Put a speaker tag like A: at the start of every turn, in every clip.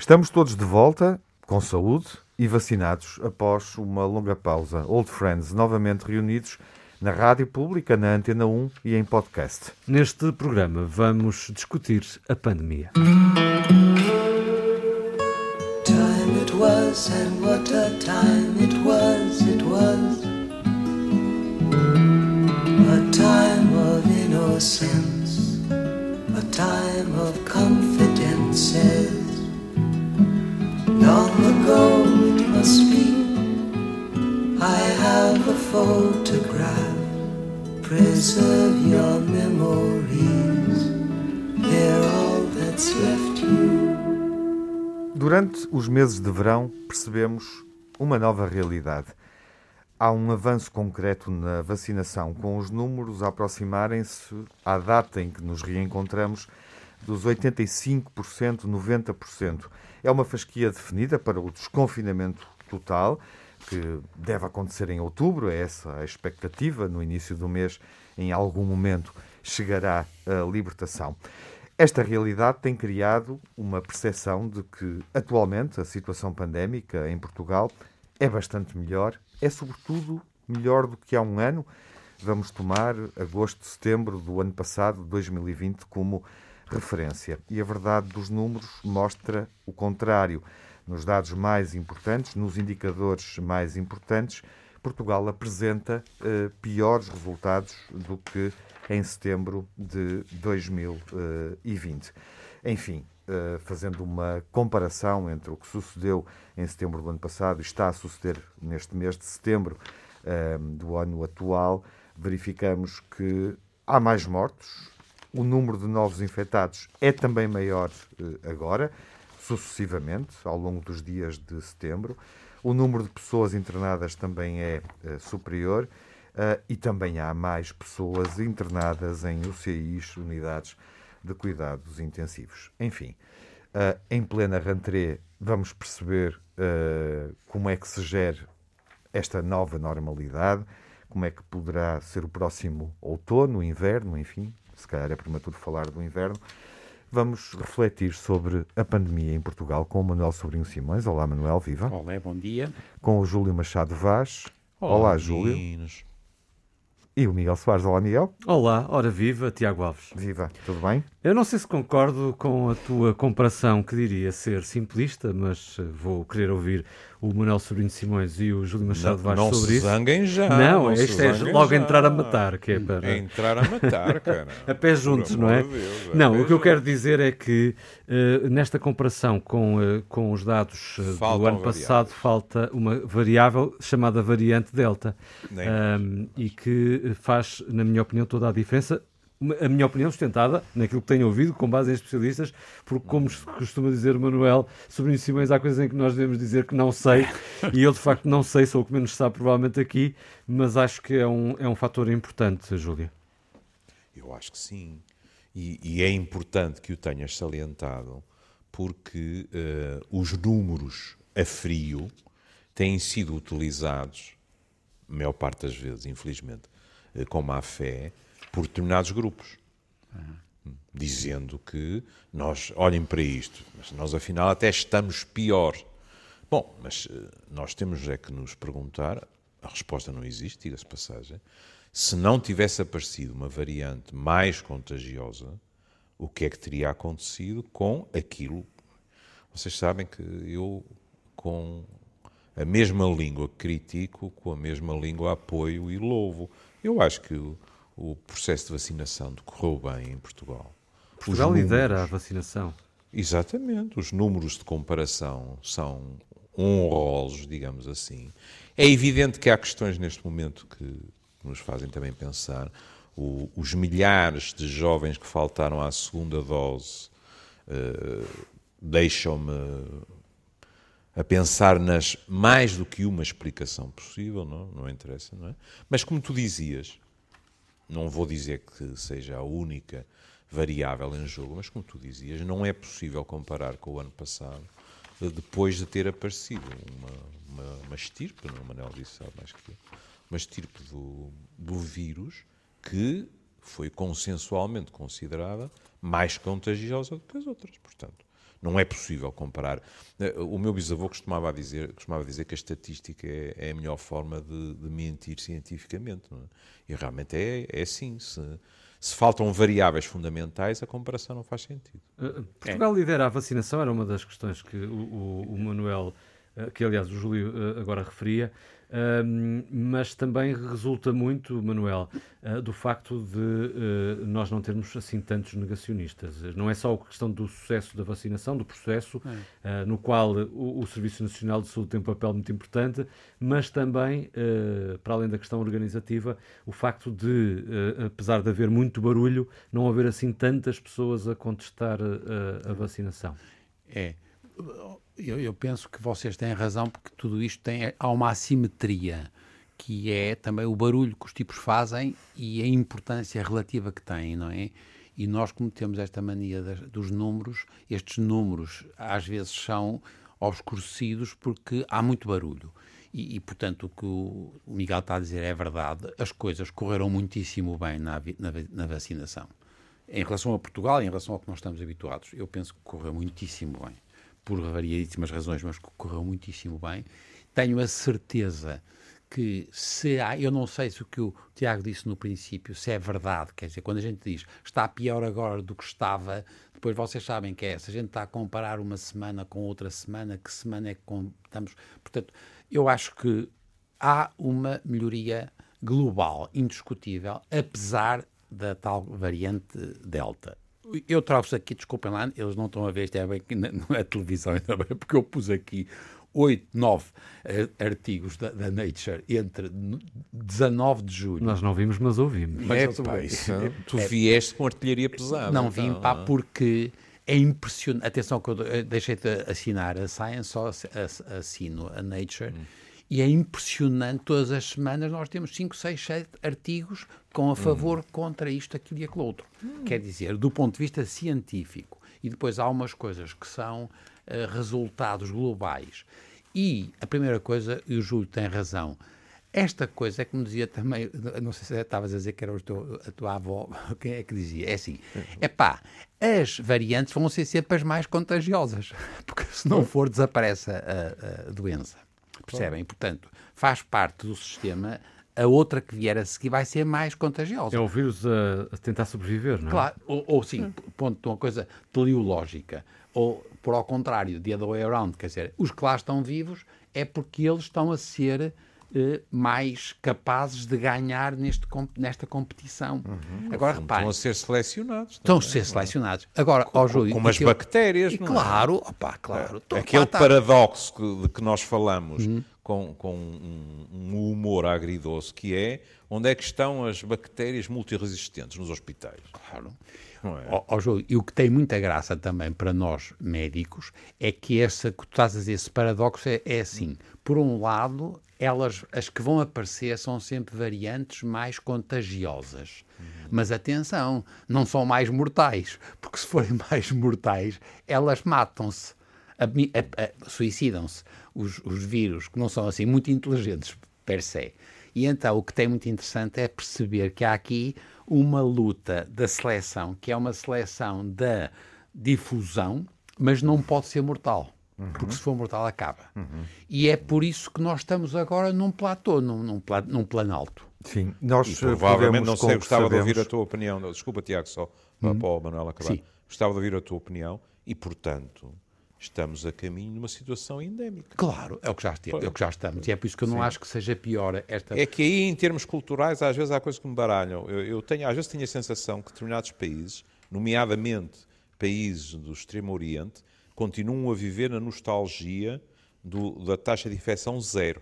A: Estamos todos de volta, com saúde e vacinados, após uma longa pausa. Old Friends novamente reunidos na rádio pública, na Antena 1 e em podcast.
B: Neste programa vamos discutir a pandemia.
C: Time it was, and what a time it was, a time of innocence, a time of confidences. Long ago it must be, I have a photograph. Preserve your memories, they're all that's left you.
A: Durante os meses de verão percebemos uma nova realidade. Há um avanço concreto na vacinação, com os números a aproximarem-se à data em que nos reencontramos dos 85%, 90%. É uma fasquia definida para o desconfinamento total, que deve acontecer em outubro, é essa a expectativa. No início do mês, em algum momento, chegará a libertação. Esta realidade tem criado uma percepção de que, atualmente, a situação pandémica em Portugal é bastante melhor, é sobretudo melhor do que há um ano. Vamos tomar agosto, setembro do ano passado, 2020, como referência. E a verdade dos números mostra o contrário. Nos dados mais importantes, nos indicadores mais importantes, Portugal apresenta piores resultados do que em setembro de 2020. Enfim, fazendo uma comparação entre o que sucedeu em setembro do ano passado e está a suceder neste mês de setembro do ano atual, verificamos que há mais mortos, o número de novos infectados é também maior agora, sucessivamente, ao longo dos dias de setembro. O número de pessoas internadas também é superior e também há mais pessoas internadas em UCIs, unidades de cuidados intensivos. Enfim, em plena rentrée vamos perceber como é que se gera esta nova normalidade, como é que poderá ser o próximo outono, inverno, enfim, se calhar é prematuro falar do inverno. Vamos refletir sobre a pandemia em Portugal com o Manuel Sobrinho Simões. Olá, Manuel, viva.
D: Olá, bom dia.
A: Com o Júlio Machado Vaz. Olá, Júlio.
E: Meninos.
A: E o Miguel Soares. Olá, Miguel.
B: Olá, ora viva, Tiago Alves.
A: Viva, tudo bem?
B: Eu não sei se concordo com a tua comparação, que diria ser simplista, mas vou querer ouvir o Manuel Sobrinho Simões e o Júlio Machado Vaz
E: Não
B: sobre
E: se
B: isso.
E: zanguem já.
B: Não,
E: se
B: isto é
E: zanguem
B: logo
E: já.
B: entrar a matar, que é para...
E: É entrar a matar, cara.
B: A pé juntos,
E: Por
B: não é?
E: amor de Deus, a
B: Não,
E: pé
B: o que eu quero
E: juntos.
B: dizer é que nesta comparação com os dados do
E: Falta
B: ano
E: uma
B: passado, falta uma variável chamada variante Delta,
E: Nem
B: e que faz, na minha opinião, toda a diferença. A minha opinião sustentada naquilo que tenho ouvido, com base em especialistas, porque, como costuma dizer o Manuel Sobrinho Simões, há coisas em que nós devemos dizer que não sei, e eu de facto não sei, sou o que menos sabe provavelmente aqui, mas acho que é um fator importante, Júlia.
E: Eu acho que sim. E é importante que o tenhas salientado, porque os números a frio têm sido utilizados, a maior parte das vezes, infelizmente, com má fé, por determinados grupos. Dizendo que nós, olhem para isto, mas nós afinal até estamos pior. Bom, mas nós temos é que nos perguntar, a resposta não existe, diga-se passagem, se não tivesse aparecido uma variante mais contagiosa, o que é que teria acontecido com aquilo? Vocês sabem que eu, com a mesma língua que critico, com a mesma língua apoio e louvo. Eu acho que o processo de vacinação decorreu bem em Portugal.
B: Portugal lidera a vacinação.
E: Exatamente. Os números de comparação são honrosos, digamos assim. É evidente que há questões neste momento que nos fazem também pensar. Os milhares de jovens que faltaram à segunda dose deixam-me a pensar nas mais do que uma explicação possível, não interessa, não é? Mas como tu dizias, não vou dizer que seja a única variável em jogo, mas como tu dizias, não é possível comparar com o ano passado, depois de ter aparecido uma estirpe, não, o Manel disse, sabe mais que eu, uma estirpe do vírus que foi consensualmente considerada mais contagiosa do que as outras. Portanto, Não é possível comparar. O meu bisavô costumava dizer que a estatística é a melhor forma de mentir cientificamente. Não é? E realmente é assim. Se faltam variáveis fundamentais, a comparação não faz sentido.
B: Portugal lidera a vacinação, era uma das questões que o Manuel, que aliás o Júlio agora referia, mas também resulta muito, Manuel, do facto de nós não termos assim tantos negacionistas. Não é só a questão do sucesso da vacinação, do processo, no qual o Serviço Nacional de Saúde tem um papel muito importante, mas também, para além da questão organizativa, o facto de, apesar de haver muito barulho, não haver assim tantas pessoas a contestar a vacinação.
D: Eu penso que vocês têm razão, porque tudo isto há uma assimetria, que é também o barulho que os tipos fazem e a importância relativa que têm, não é? E nós, como temos esta mania dos números, estes números às vezes são obscurecidos porque há muito barulho. E portanto, o que o Miguel está a dizer é verdade, as coisas correram muitíssimo bem na vacinação. Em relação a Portugal, em relação ao que nós estamos habituados, eu penso que correu muitíssimo bem. Por variedíssimas razões, mas correu muitíssimo bem. Tenho a certeza que eu não sei se o que o Tiago disse no princípio, se é verdade, quer dizer, quando a gente diz está pior agora do que estava, depois vocês sabem que se a gente está a comparar uma semana com outra semana, que semana é que estamos... Portanto, eu acho que há uma melhoria global, indiscutível, apesar da tal variante Delta. Eu trago-vos aqui, desculpem lá, eles não estão a ver, isto é bem que não é televisão, ainda bem, porque eu pus aqui 8, 9 artigos da Nature entre 19 de julho.
B: Nós não vimos, mas ouvimos.
E: Tu vieste com artilharia pesada.
D: Não vim, porque é impressionante. Atenção que eu deixei-te assinar a Science, só assino a Nature. E é impressionante, todas as semanas nós temos 5, 6, 7 artigos com a favor, contra isto, aquilo e aquilo outro. Quer dizer, do ponto de vista científico. E depois há umas coisas que são resultados globais. E a primeira coisa, e o Júlio tem razão, esta coisa é que me dizia também, não sei se estavas a dizer que era a tua avó, quem é que dizia? É assim, as variantes vão ser sempre as mais contagiosas, porque se não for, desaparece a doença. Percebem? Portanto, faz parte do sistema, a outra que vier a seguir vai ser mais contagiosa.
B: É o vírus a tentar sobreviver, não é?
D: Claro, ou sim, ponto de uma coisa teleológica, ou por ao contrário, the other way around, quer dizer, os que lá estão vivos é porque eles estão a ser mais capazes de ganhar nesta competição. Agora, reparem.
E: Estão a ser selecionados.
D: Estão a ser selecionados. Agora, Júlio...
E: Como as bactérias, não é?
D: Claro, claro.
E: Aquele paradoxo de que nós falamos com um humor agridoce, que é onde é que estão as bactérias multiresistentes nos hospitais.
D: Claro.
E: Não é?
D: Júlio, e o que tem muita graça também para nós médicos é que que tu estás a dizer, esse paradoxo é assim. Por um lado, as que vão aparecer são sempre variantes mais contagiosas. Mas atenção, não são mais mortais, porque se forem mais mortais, elas matam-se, suicidam-se. Os vírus, que não são assim muito inteligentes per se. E então o que tem muito interessante é perceber que há aqui uma luta da seleção, que é uma seleção da difusão, mas não pode ser mortal. Porque se for mortal, acaba. E é por isso que nós estamos agora num platô, num planalto.
A: Sim, nós
E: provavelmente não sei, gostava de ouvir a tua opinião. Desculpa, Tiago, só para o Manuel acabar.
D: Sim.
E: Gostava de ouvir a tua opinião e, portanto, estamos a caminho de uma situação endémica.
D: Claro, é o que já estamos. E é por isso que eu não acho que seja pior esta...
E: É que aí, em termos culturais, às vezes há coisas que me baralham. Às vezes tenho a sensação que determinados países, nomeadamente países do Extremo Oriente, continuam a viver na nostalgia da taxa de infecção zero.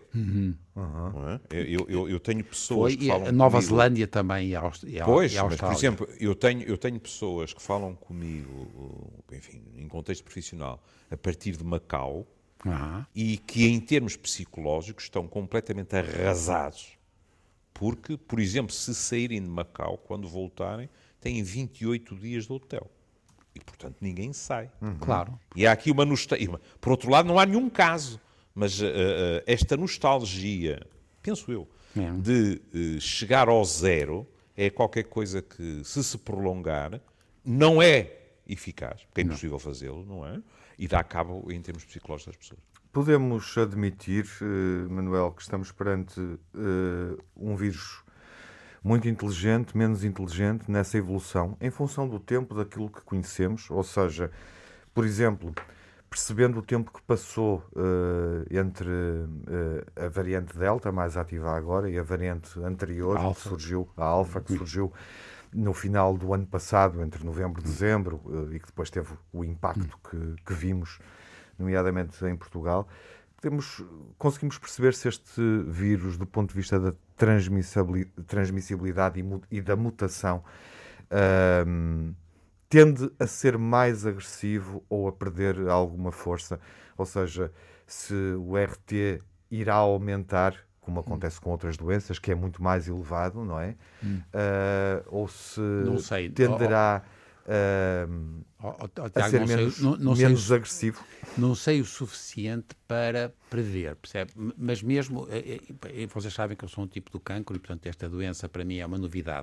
E: Não é? Eu tenho pessoas que falam
D: a Nova
E: comigo...
D: Zelândia também e a Austrália.
E: Pois, mas, por exemplo, eu tenho pessoas que falam comigo, enfim, em contexto profissional, a partir de Macau, e que, em termos psicológicos, estão completamente arrasados. Porque, por exemplo, se saírem de Macau, quando voltarem, têm 28 dias de hotel. E, portanto, ninguém sai.
D: Claro.
E: E há aqui uma nostalgia. Por outro lado, não há nenhum caso. Mas esta nostalgia, penso eu, de chegar ao zero é qualquer coisa que, se prolongar, não é eficaz, porque é impossível fazê-lo, não é? e dá cabo em termos psicológicos das pessoas.
A: Podemos admitir, Manuel, que estamos perante um vírus muito inteligente, menos inteligente nessa evolução, em função do tempo daquilo que conhecemos, ou seja, por exemplo, percebendo o tempo que passou entre a variante Delta, mais ativa agora, e a variante anterior, a Alfa, que surgiu no final do ano passado, entre novembro e dezembro, e que depois teve o impacto que vimos, nomeadamente em Portugal, conseguimos perceber se este vírus, do ponto de vista da transmissibilidade e da mutação, tende a ser mais agressivo ou a perder alguma força. Ou seja, se o RT irá aumentar, como acontece com outras doenças, que é muito mais elevado, não é? Ou se tenderá a ser menos agressivo.
D: Não sei o suficiente para prever, percebe? Mas mesmo, vocês sabem que eu sou um tipo do cancro e, portanto, esta doença para mim é uma novidade.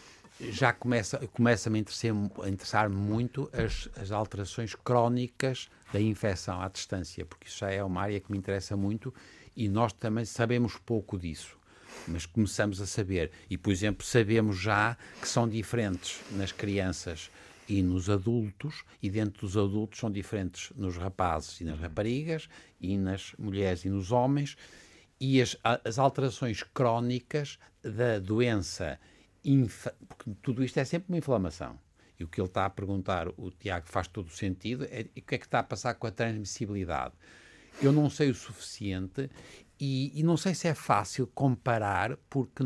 D: Já começa-me a interessar muito as alterações crónicas da infecção à distância, porque isso já é uma área que me interessa muito e nós também sabemos pouco disso. Mas começamos a saber. E, por exemplo, sabemos já que são diferentes nas crianças e nos adultos, e dentro dos adultos são diferentes nos rapazes e nas raparigas, e nas mulheres e nos homens, e as alterações crónicas da doença, porque tudo isto é sempre uma inflamação. E o que ele está a perguntar, o Tiago, faz todo o sentido, é o que é que está a passar com a transmissibilidade. Eu não sei o suficiente e não sei se é fácil comparar, porque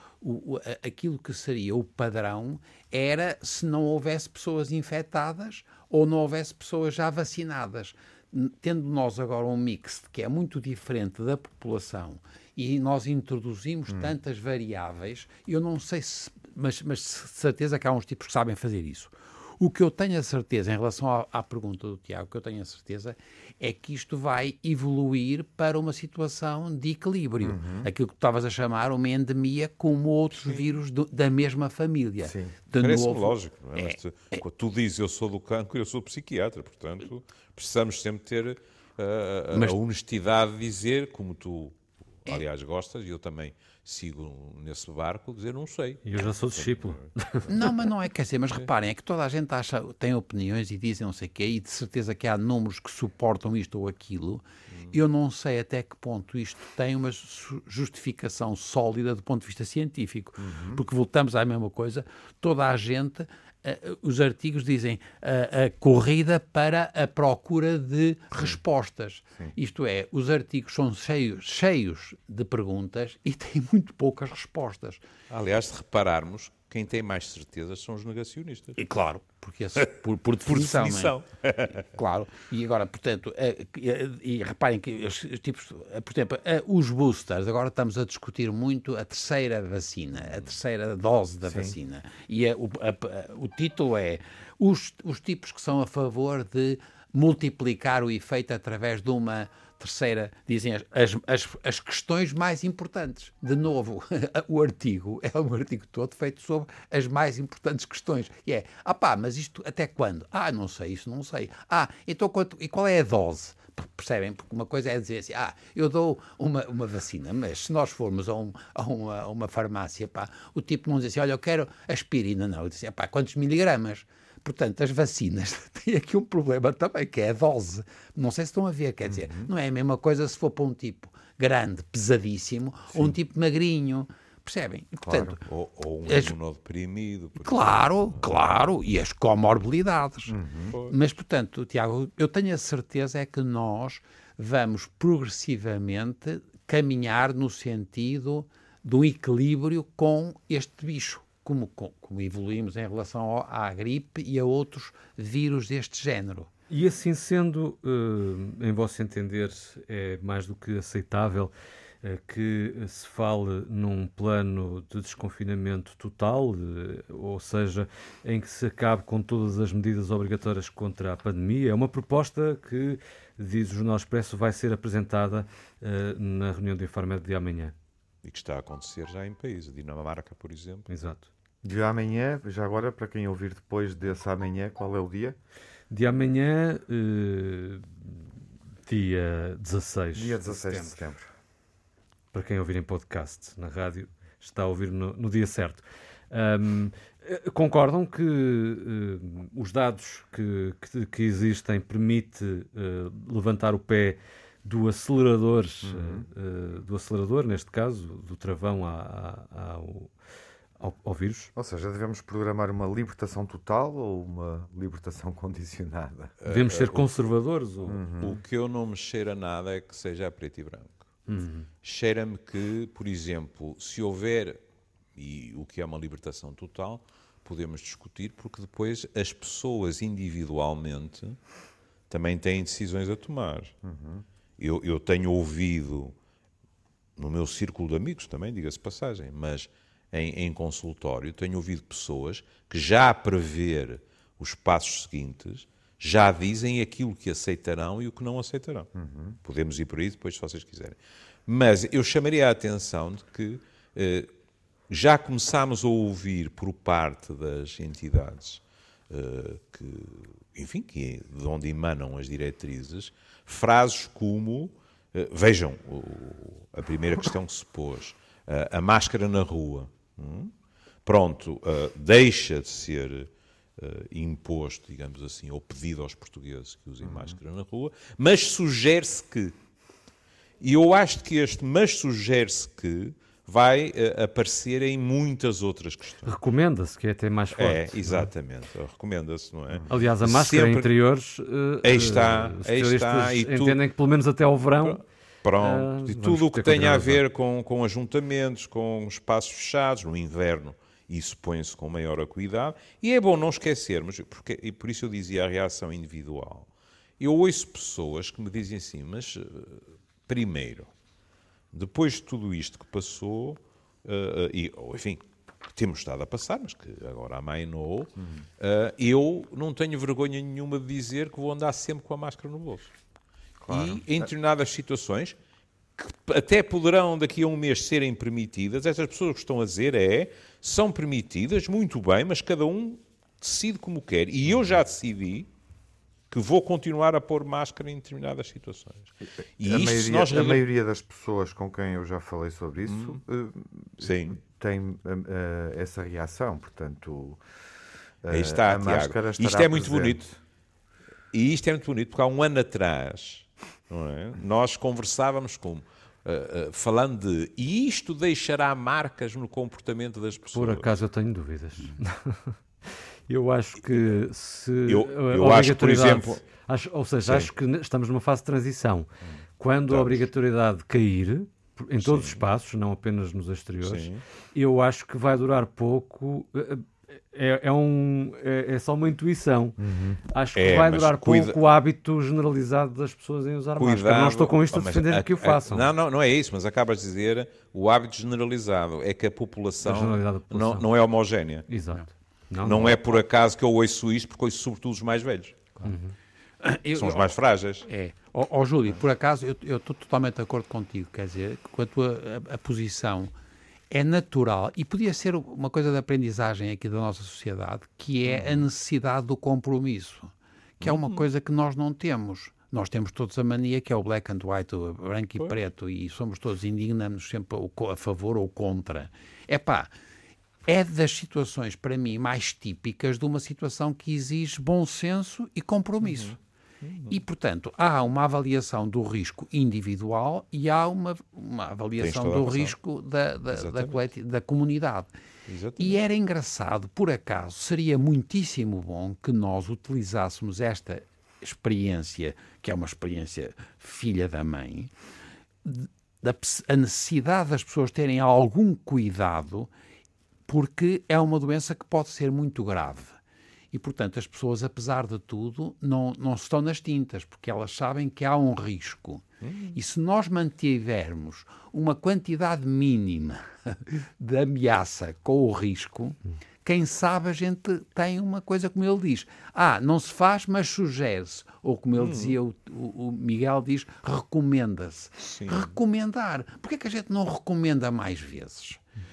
D: aquilo que seria o padrão era se não houvesse pessoas infectadas ou não houvesse pessoas já vacinadas. Tendo nós agora um mix que é muito diferente da população e nós introduzimos tantas variáveis, eu não sei se... Mas de certeza que há uns tipos que sabem fazer isso. O que eu tenho a certeza, em relação à pergunta do Tiago, o que eu tenho a certeza é que isto vai evoluir para uma situação de equilíbrio. Aquilo que tu estavas a chamar uma endemia, como outros vírus da mesma família.
E: Parece-me lógico, não é? Mas quando tu dizes eu sou do cancro, eu sou psiquiatra, portanto precisamos sempre ter a honestidade de dizer, como tu, aliás, gostas, e eu também sigo nesse barco, dizer não sei.
B: E eu já sou discípulo.
D: Não, mas não é, quer dizer, mas reparem, é que toda a gente tem opiniões e dizem não sei o quê, e de certeza que há números que suportam isto ou aquilo. Eu não sei até que ponto isto tem uma justificação sólida do ponto de vista científico, porque voltamos à mesma coisa, toda a gente... os artigos dizem a corrida para a procura de respostas. Isto é, os artigos são cheios de perguntas e têm muito poucas respostas.
E: Aliás, se repararmos, quem tem mais certezas são os negacionistas.
D: E claro, porque por definição.
E: Por definição.
D: Claro. E agora, portanto, e reparem que os tipos, por exemplo, os boosters, agora estamos a discutir muito a terceira vacina, a terceira dose da vacina. E o título é os tipos que são a favor de multiplicar o efeito através de uma terceira, dizem as questões mais importantes. De novo, o artigo é um artigo todo feito sobre as mais importantes questões. E é, mas isto até quando? Não sei, isso não sei. Então e qual é a dose? Percebem? Porque uma coisa é dizer assim, eu dou uma vacina, mas se nós formos a uma farmácia, o tipo não diz assim, olha, eu quero aspirina, não. Ele diz assim, quantos miligramas? Portanto, as vacinas têm aqui um problema também, que é a dose. Não sei se estão a ver, quer dizer, não é a mesma coisa se for para um tipo grande, pesadíssimo, ou um tipo magrinho. Percebem? E, portanto,
E: claro. Ou um imunodeprimido.
D: Claro, e as comorbilidades. Mas, portanto, Tiago, eu tenho a certeza é que nós vamos progressivamente caminhar no sentido do equilíbrio com este bicho, como evoluímos em relação à gripe e a outros vírus deste género.
B: E assim sendo, em vosso entender, é mais do que aceitável que se fale num plano de desconfinamento total, ou seja, em que se acabe com todas as medidas obrigatórias contra a pandemia. É uma proposta que, diz o Jornal Expresso, vai ser apresentada na reunião do Infarmed de amanhã.
E: E que está a acontecer já em países, a Dinamarca, por exemplo.
B: Exato.
A: De amanhã, já agora, para quem ouvir depois desse amanhã, qual é o dia?
B: de amanhã, dia 16.
A: Dia 16 de setembro.
B: Para quem ouvir em podcast na rádio, está a ouvir no dia certo. Concordam que os dados que existem permite levantar o pé do acelerador, neste caso, do travão ao vírus?
A: Ou seja, devemos programar uma libertação total ou uma libertação condicionada?
B: Devemos ser conservadores? Ou...
E: O que eu não me cheira nada é que seja a preto e branco. Cheira-me que, por exemplo, se houver, e o que é uma libertação total, podemos discutir, porque depois as pessoas individualmente também têm decisões a tomar. Eu tenho ouvido, no meu círculo de amigos também, diga-se passagem, mas em consultório, tenho ouvido pessoas que já a prever os passos seguintes, já dizem aquilo que aceitarão e o que não aceitarão. Podemos ir por aí depois, se vocês quiserem. Mas eu chamaria a atenção de que já começámos a ouvir por parte das entidades de onde emanam as diretrizes, frases como, vejam, a primeira questão que se pôs, a máscara na rua, pronto, deixa de ser imposto, digamos assim, ou pedido aos portugueses que usem máscara na rua, mas sugere-se que. E eu acho que mas sugere-se que vai aparecer em muitas outras questões.
B: Recomenda-se, que é até mais forte.
E: Exatamente. Recomenda-se, não é?
B: Aliás, a máscara interiores,
E: aí está.
B: E entendem que pelo menos até ao verão...
E: Pronto. E tudo o que tenha a ver com ajuntamentos, com espaços fechados, no inverno, isso põe-se com maior acuidade. E é bom não esquecermos, e por isso eu dizia a reação individual. Eu ouço pessoas que me dizem assim, mas primeiro, depois de tudo isto que passou, enfim, que temos estado a passar, mas que agora amainou, eu não tenho vergonha nenhuma de dizer que vou andar sempre com a máscara no bolso. Claro. E em determinadas situações, que até poderão daqui a um mês serem permitidas, essas pessoas que estão a dizer são permitidas, muito bem, mas cada um decide como quer. E eu já decidi que vou continuar a pôr máscara em determinadas situações. E
A: a maioria das pessoas com quem eu já falei sobre isso tem essa reação, portanto,
E: aí está,
A: a máscara estará
E: isto é muito
A: presente.
E: bonito. E isto é muito bonito, porque há um ano atrás, não é? Nós conversávamos falando de... E isto deixará marcas no comportamento das pessoas?
B: Por acaso eu tenho dúvidas. Eu acho que se...
E: Eu acho que, por exemplo...
B: Acho que estamos numa fase de transição. Quando a obrigatoriedade cair, em todos os espaços, não apenas nos exteriores, eu acho que vai durar pouco... É só uma intuição. Acho que vai durar pouco o hábito generalizado das pessoas em usar máscara. Não estou com isto a defender que o façam.
E: Não é isso, mas acabas de dizer o hábito generalizado. É que a população, não é homogénea.
B: Exato.
E: Não é por acaso que eu ouço isto, porque ouço sobretudo os mais velhos. São os mais frágeis.
D: Júlio, por acaso eu estou totalmente de acordo contigo. Quer dizer, com a tua a posição... É natural, e podia ser uma coisa de aprendizagem aqui da nossa sociedade, que é a necessidade do compromisso, que é uma coisa que nós não temos. Nós temos todos a mania que é o black and white, o branco e preto, e somos todos indignamos sempre a favor ou contra. É das situações, para mim, mais típicas de uma situação que exige bom senso e compromisso. E, portanto, há uma avaliação do risco individual e há uma avaliação do risco da comunidade. Exatamente. E era engraçado, por acaso, seria muitíssimo bom que nós utilizássemos esta experiência, que é uma experiência filha da mãe, a necessidade das pessoas terem algum cuidado, porque é uma doença que pode ser muito grave. E, portanto, as pessoas, apesar de tudo, não estão nas tintas, porque elas sabem que há um risco. E se nós mantivermos uma quantidade mínima de ameaça com o risco, quem sabe a gente tem uma coisa como ele diz. Não se faz, mas sugere-se. Ou como ele dizia, o Miguel diz, recomenda-se. Recomendar. Porquê é que a gente não recomenda mais vezes?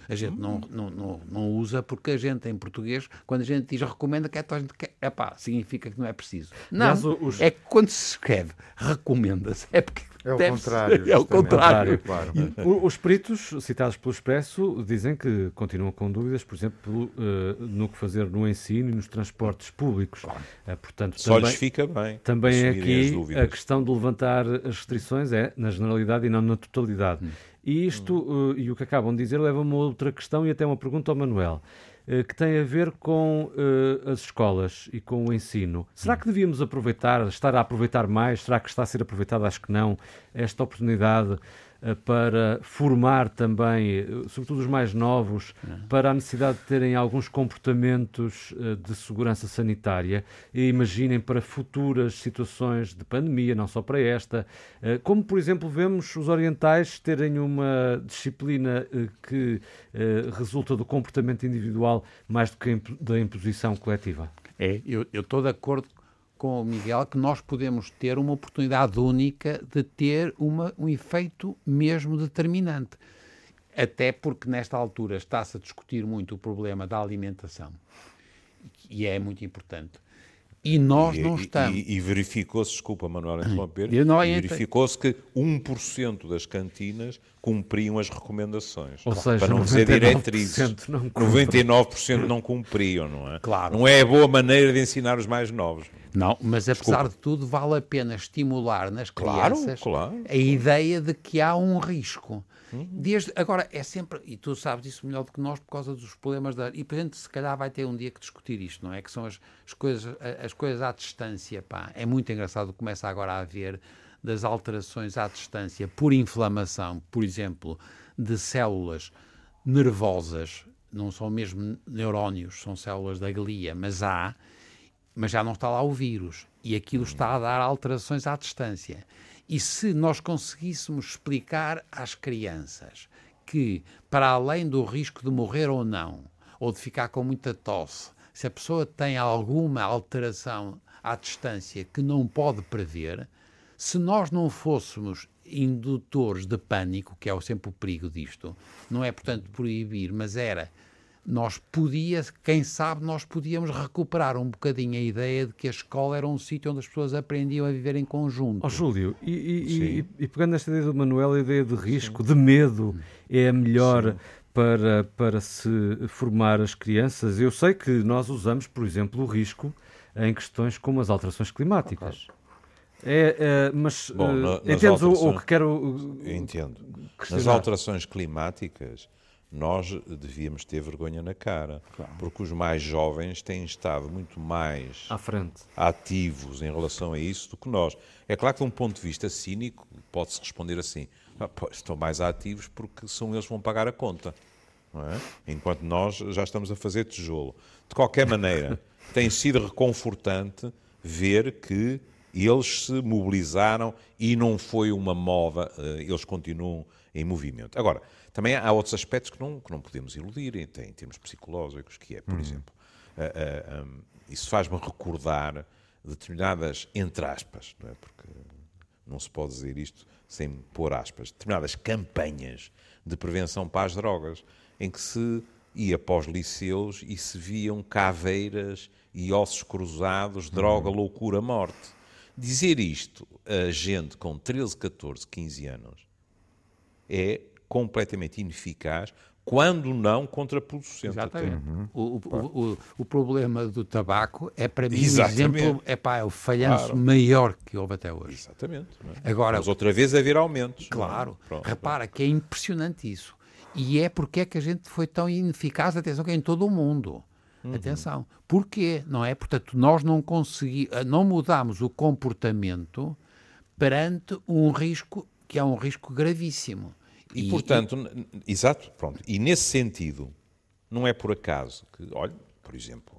D: A gente não usa porque a gente, em português, quando a gente diz recomenda, significa que não é preciso. Não,
B: Aliás,
D: é que quando se escreve recomenda-se, é porque
A: É o contrário.
D: é o contrário.
A: Claro.
B: Os peritos citados pelo Expresso dizem que continuam com dúvidas, por exemplo, no que fazer no ensino e nos transportes públicos. Portanto,
E: Só lhes fica bem.
B: Também é
E: assumirem as
B: aqui
E: dúvidas.
B: a questão de levantar as restrições é na generalidade e não na totalidade. E isto, e o que acabam de dizer, leva-me a outra questão e até uma pergunta ao Manuel, que tem a ver com as escolas e com o ensino. Será que devíamos estar a aproveitar mais? Será que está a ser aproveitada, acho que não, esta oportunidade para formar também, sobretudo os mais novos, para a necessidade de terem alguns comportamentos de segurança sanitária e imaginem para futuras situações de pandemia, não só para esta, como por exemplo vemos os orientais terem uma disciplina que resulta do comportamento individual mais do que da imposição coletiva.
D: Eu estou de acordo com o Miguel que nós podemos ter uma oportunidade única de ter um efeito mesmo determinante. Até porque nesta altura está-se a discutir muito o problema da alimentação. E é muito importante. E nós não estamos.
E: E verificou-se, desculpa, Manuel, interromper, verificou-se que 1% das cantinas cumpriam as recomendações.
B: Ou seja,
E: para não dizer diretrizes. 99% não cumpriam, não é?
D: Claro.
E: Não é a boa maneira de ensinar os mais novos.
D: Não, mas apesar de tudo, vale a pena estimular nas crianças
E: Claro.
D: a ideia de que há um risco. Agora, é sempre, e tu sabes isso melhor do que nós, por causa dos problemas e por exemplo, se calhar vai ter um dia que discutir isto, não é? Que são as coisas à distância, pá. É muito engraçado, começa agora a haver das alterações à distância por inflamação, por exemplo, de células nervosas, não são mesmo neurónios, são células da glia, mas já não está lá o vírus. E aquilo está a dar alterações à distância. E se nós conseguíssemos explicar às crianças que, para além do risco de morrer ou não, ou de ficar com muita tosse, se a pessoa tem alguma alteração à distância que não pode prever, se nós não fôssemos indutores de pânico, que é sempre o perigo disto, não é, portanto, proibir, mas era... quem sabe, nós podíamos recuperar um bocadinho a ideia de que a escola era um sítio onde as pessoas aprendiam a viver em conjunto.
B: Júlio, e pegando nesta ideia do Manuel, a ideia de risco, de medo, é a melhor para se formar as crianças? Eu sei que nós usamos, por exemplo, o risco em questões como as alterações climáticas. Mas entendes o que quero...
E: Entendo. Nas alterações climáticas, nós devíamos ter vergonha na cara, porque os mais jovens têm estado muito mais
B: à frente,
E: ativos em relação a isso do que nós. É claro que de um ponto de vista cínico pode-se responder assim, estão mais ativos porque são eles que vão pagar a conta, não é? Enquanto nós já estamos a fazer tijolo. De qualquer maneira, tem sido reconfortante ver que eles se mobilizaram e não foi uma moda, eles continuam em movimento. Agora, também há outros aspectos que não podemos iludir em termos psicológicos, que é, por exemplo, isso faz-me recordar determinadas, entre aspas, não é? Porque não se pode dizer isto sem pôr aspas, determinadas campanhas de prevenção para as drogas, em que se ia para os liceus e se viam caveiras e ossos cruzados, droga, loucura, morte. Dizer isto a gente com 13, 14, 15 anos é completamente ineficaz, quando não contraproducente.
D: Exatamente. O problema do tabaco é, para mim, um exemplo, é o falhanço maior que houve até hoje.
E: Exatamente.
D: Agora,
E: mas outra vez haver aumentos.
D: Claro. Repara que é impressionante isso. E é porque é que a gente foi tão ineficaz, atenção, que é em todo o mundo. Atenção. Porquê? Não é? Portanto, nós não mudamos o comportamento perante um risco que é um risco gravíssimo.
E: E portanto, exato, pronto. E nesse sentido, não é por acaso que, olha, por exemplo,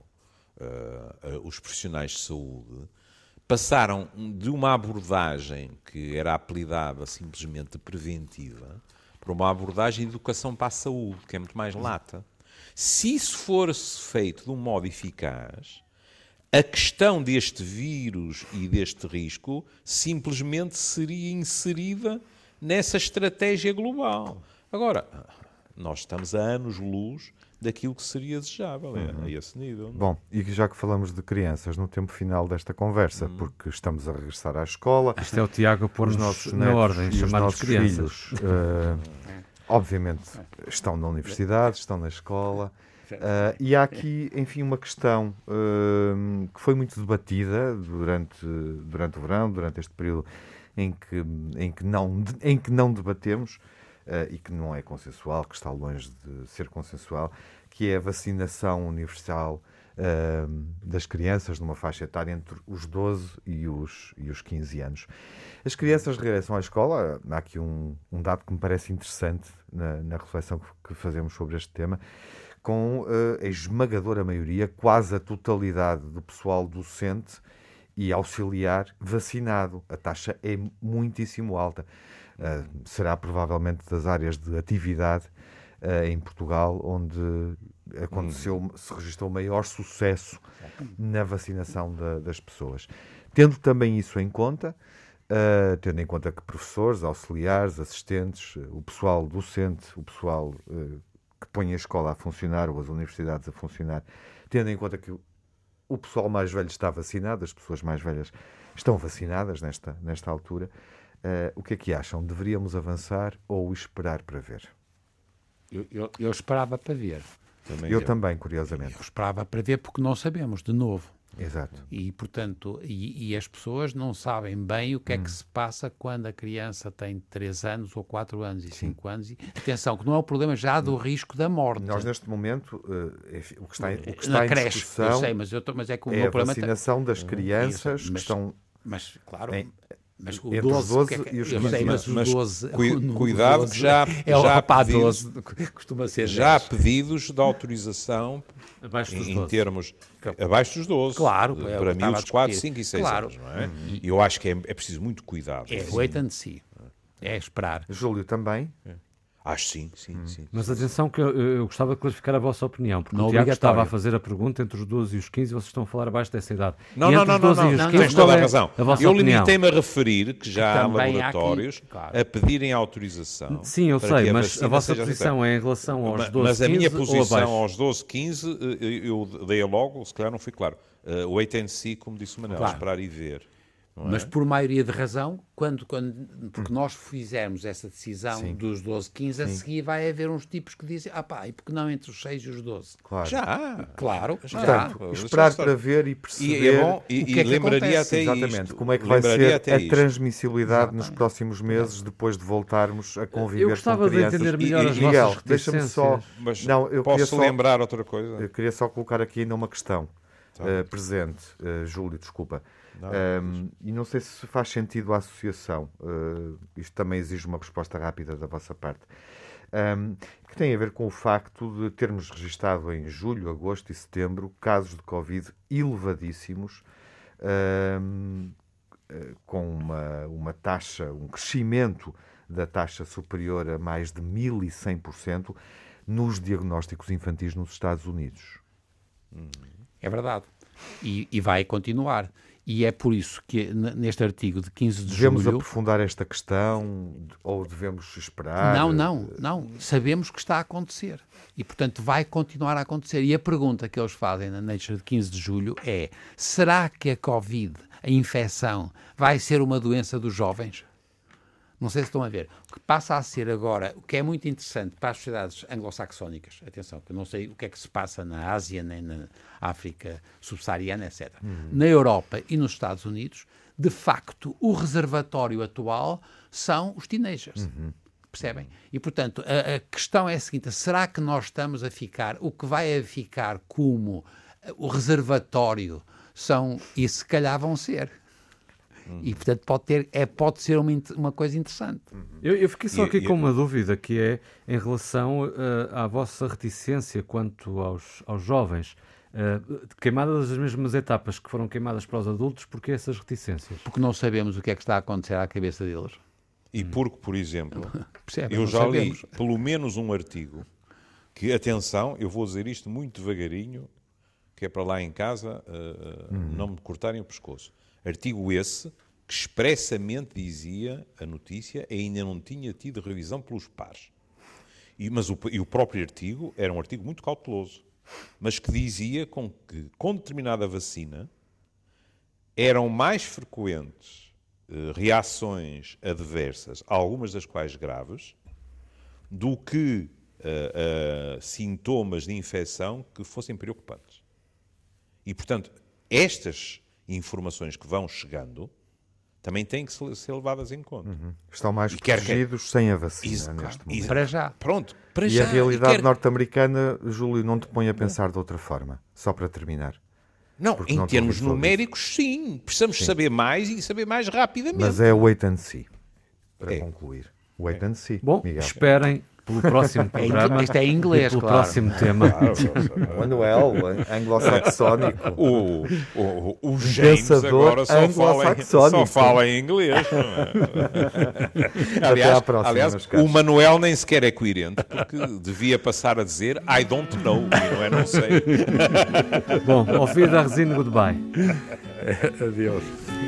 E: os profissionais de saúde passaram de uma abordagem que era apelidada simplesmente preventiva para uma abordagem de educação para a saúde, que é muito mais lata. Se isso fosse feito de um modo eficaz, a questão deste vírus e deste risco simplesmente seria inserida nessa estratégia global. Agora, nós estamos a anos-luz daquilo que seria desejável a esse nível. Não?
A: Bom, e já que falamos de crianças, no tempo final desta conversa, porque estamos a regressar à escola,
B: Isto é o Tiago a
A: os
B: pôr-nos
A: nossos
B: na
A: netos
B: ordem,
A: e os
B: chamar-nos
A: nossos
B: crianças.
A: filhos, obviamente, estão na universidade, estão na escola. E há aqui, enfim, uma questão que foi muito debatida durante o verão, durante este período em que não debatemos, e que não é consensual, que está longe de ser consensual, que é a vacinação universal das crianças numa faixa etária entre os 12 e os 15 anos. As crianças regressam à escola. Há aqui um dado que me parece interessante na reflexão que fazemos sobre este tema, com a esmagadora maioria, quase a totalidade do pessoal docente e auxiliar vacinado. A taxa é muitíssimo alta. Será provavelmente das áreas de atividade em Portugal onde se registrou o maior sucesso na vacinação das pessoas. Tendo também isso em conta, tendo em conta que professores, auxiliares, assistentes, o pessoal docente, o pessoal que põe a escola a funcionar ou as universidades a funcionar, tendo em conta que o pessoal mais velho está vacinado, as pessoas mais velhas estão vacinadas nesta altura, o que é que acham? Deveríamos avançar ou esperar para ver?
D: Eu esperava para ver.
A: Eu também, curiosamente.
D: Eu esperava para ver porque não sabemos, de novo.
A: Exato.
D: E, portanto, e as pessoas não sabem bem o que é que se passa quando a criança tem 3 anos ou 4 anos e 5 anos. E, atenção, que não é o problema já do risco da morte.
A: Nós, neste momento, o que está
D: na
A: em
D: creche,
A: discussão
D: eu sei, mas é que o meu
A: a
D: problema
A: vacinação das crianças que estão...
D: Mas, claro... Mas o
A: entre
D: 12,
A: os 12 e os 15
D: mas o 12...
E: Cuidado,
D: 12,
E: que já
D: rapaz,
E: pedidos,
D: 12 costuma ser
E: já há
D: 10.
E: pedidos de autorização
B: Abaixo dos
E: em
B: 12.
E: termos abaixo dos 12,
D: Claro, é o que
E: para
D: estava a
E: miúdos de 4,
D: discutir.
E: 5 e 6
D: Claro.
E: anos, não é? E eu acho que é preciso muito cuidado.
D: É wait and see. É esperar.
A: Júlio também?
E: Acho sim.
B: Mas atenção que eu gostava de clarificar a vossa opinião, porque
D: Não
B: o Tiago
D: obrigatório.
B: estava a fazer a pergunta entre os 12 e os 15, vocês estão a falar abaixo dessa idade.
E: Não,
B: E
E: não,
B: entre
E: não,
B: os 12
E: não,
B: e os
E: não,
B: 15,
E: tens toda
B: qual
E: a
B: é
E: razão.
B: a vossa
E: Eu
B: opinião?
E: limitei-me a referir que já há
D: Também há aqui,
E: laboratórios
D: claro.
E: a pedirem autorização.
B: Sim, eu
E: para que
B: sei,
E: a
B: mas
E: vacina
B: a vossa
E: seja
B: posição é em relação aos 12,
E: Mas a
B: 15
E: minha
B: ou
E: posição
B: abaixo?
E: aos 12, 15, eu dei logo, se calhar não fui claro. O wait and see, como disse o Manel,
D: Claro.
E: esperar e ver. não é?
D: Mas por maioria de razão, porque nós fizermos essa decisão dos 12, 15, a seguir vai haver uns tipos que dizem, e porque não entre os 6 e os 12?
A: Claro.
E: Já.
D: Claro,
A: Portanto, esperar para ver e perceber
E: E é bom,
D: o que é
E: e
D: que
E: lembraria
D: acontece.
E: até
A: exatamente
E: isto.
A: como é que vai
E: Lembraria
A: ser
E: até
A: a
E: isto.
A: transmissibilidade nos próximos meses, depois de voltarmos a conviver
B: Eu gostava
A: com
B: de
A: crianças.
B: entender melhor as
A: Miguel,
B: vossas
A: deixa-me só...
B: reticências.
E: Mas
A: Não, eu queria
E: posso
A: só...
E: lembrar outra coisa?
A: Eu queria só colocar aqui ainda uma questão presente, Júlio, desculpa. E não sei se faz sentido a associação, isto também exige uma resposta rápida da vossa parte, que tem a ver com o facto de termos registado em julho, agosto e setembro casos de Covid elevadíssimos, com uma taxa, um crescimento da taxa superior a mais de 1100% nos diagnósticos infantis nos Estados Unidos.
D: É verdade. E vai continuar. E é por isso que neste artigo de 15 de
A: Devemos
D: julho...
A: aprofundar esta questão ou devemos esperar?
D: Não. Sabemos que está a acontecer. E, portanto, vai continuar a acontecer. E a pergunta que eles fazem na Nature de 15 de julho é: será que a Covid, a infecção, vai ser uma doença dos jovens? Não sei se estão a ver. O que passa a ser agora, o que é muito interessante para as sociedades anglo-saxónicas, atenção, que eu não sei o que é que se passa na Ásia, nem na África subsaariana, etc. Na Europa e nos Estados Unidos, de facto, o reservatório atual são os teenagers. Percebem? E, portanto, a questão é a seguinte: será que nós estamos a ficar, o que vai a ficar como o reservatório são, e se calhar vão ser... E, portanto, pode ser uma coisa interessante.
B: Eu fiquei só aqui com uma dúvida, que é em relação à vossa reticência quanto aos jovens. Queimadas as mesmas etapas que foram queimadas para os adultos, porque essas reticências?
D: Porque não sabemos o que é que está a acontecer à cabeça deles.
E: E porque, por exemplo,
D: Percebem?
E: eu
D: Não
E: já
D: sabemos.
E: li pelo menos um artigo que, atenção, eu vou dizer isto muito devagarinho, que é para lá em casa não me cortarem o pescoço. Artigo esse que expressamente dizia, a notícia, ainda não tinha tido revisão pelos pares. E o próprio artigo era um artigo muito cauteloso, mas que dizia que com determinada vacina eram mais frequentes reações adversas, algumas das quais graves, do que sintomas de infecção que fossem preocupantes. E, portanto, estas informações que vão chegando também têm que ser levadas em conta.
A: Estão mais protegidos sem a vacina
E: Isso,
A: neste
E: claro.
A: momento.
D: Para já.
E: Pronto, para
A: E
E: já.
A: a realidade norte-americana, Júlio, não te põe a pensar de outra forma. Só para terminar.
E: Não,
A: Porque
E: em
A: não te
E: termos
A: ouvi falar
E: numéricos, sim. Precisamos saber mais e saber mais rapidamente.
A: Mas é wait and see. Para concluir. Wait and see,
B: Bom,
A: Miguel.
B: esperem pelo próximo programa.
D: Isto é em inglês,
B: e pelo
D: claro.
B: próximo tema.
A: Manuel, anglo-saxónico.
E: O James
A: pensador
E: agora só fala em inglês. Não é?
A: Até à próxima,
E: aliás,
A: meus caros.
E: o Manuel nem sequer é coerente, porque devia passar a dizer I don't know, e não é não sei.
B: Bom, ao fim da resina, goodbye.
A: Adeus.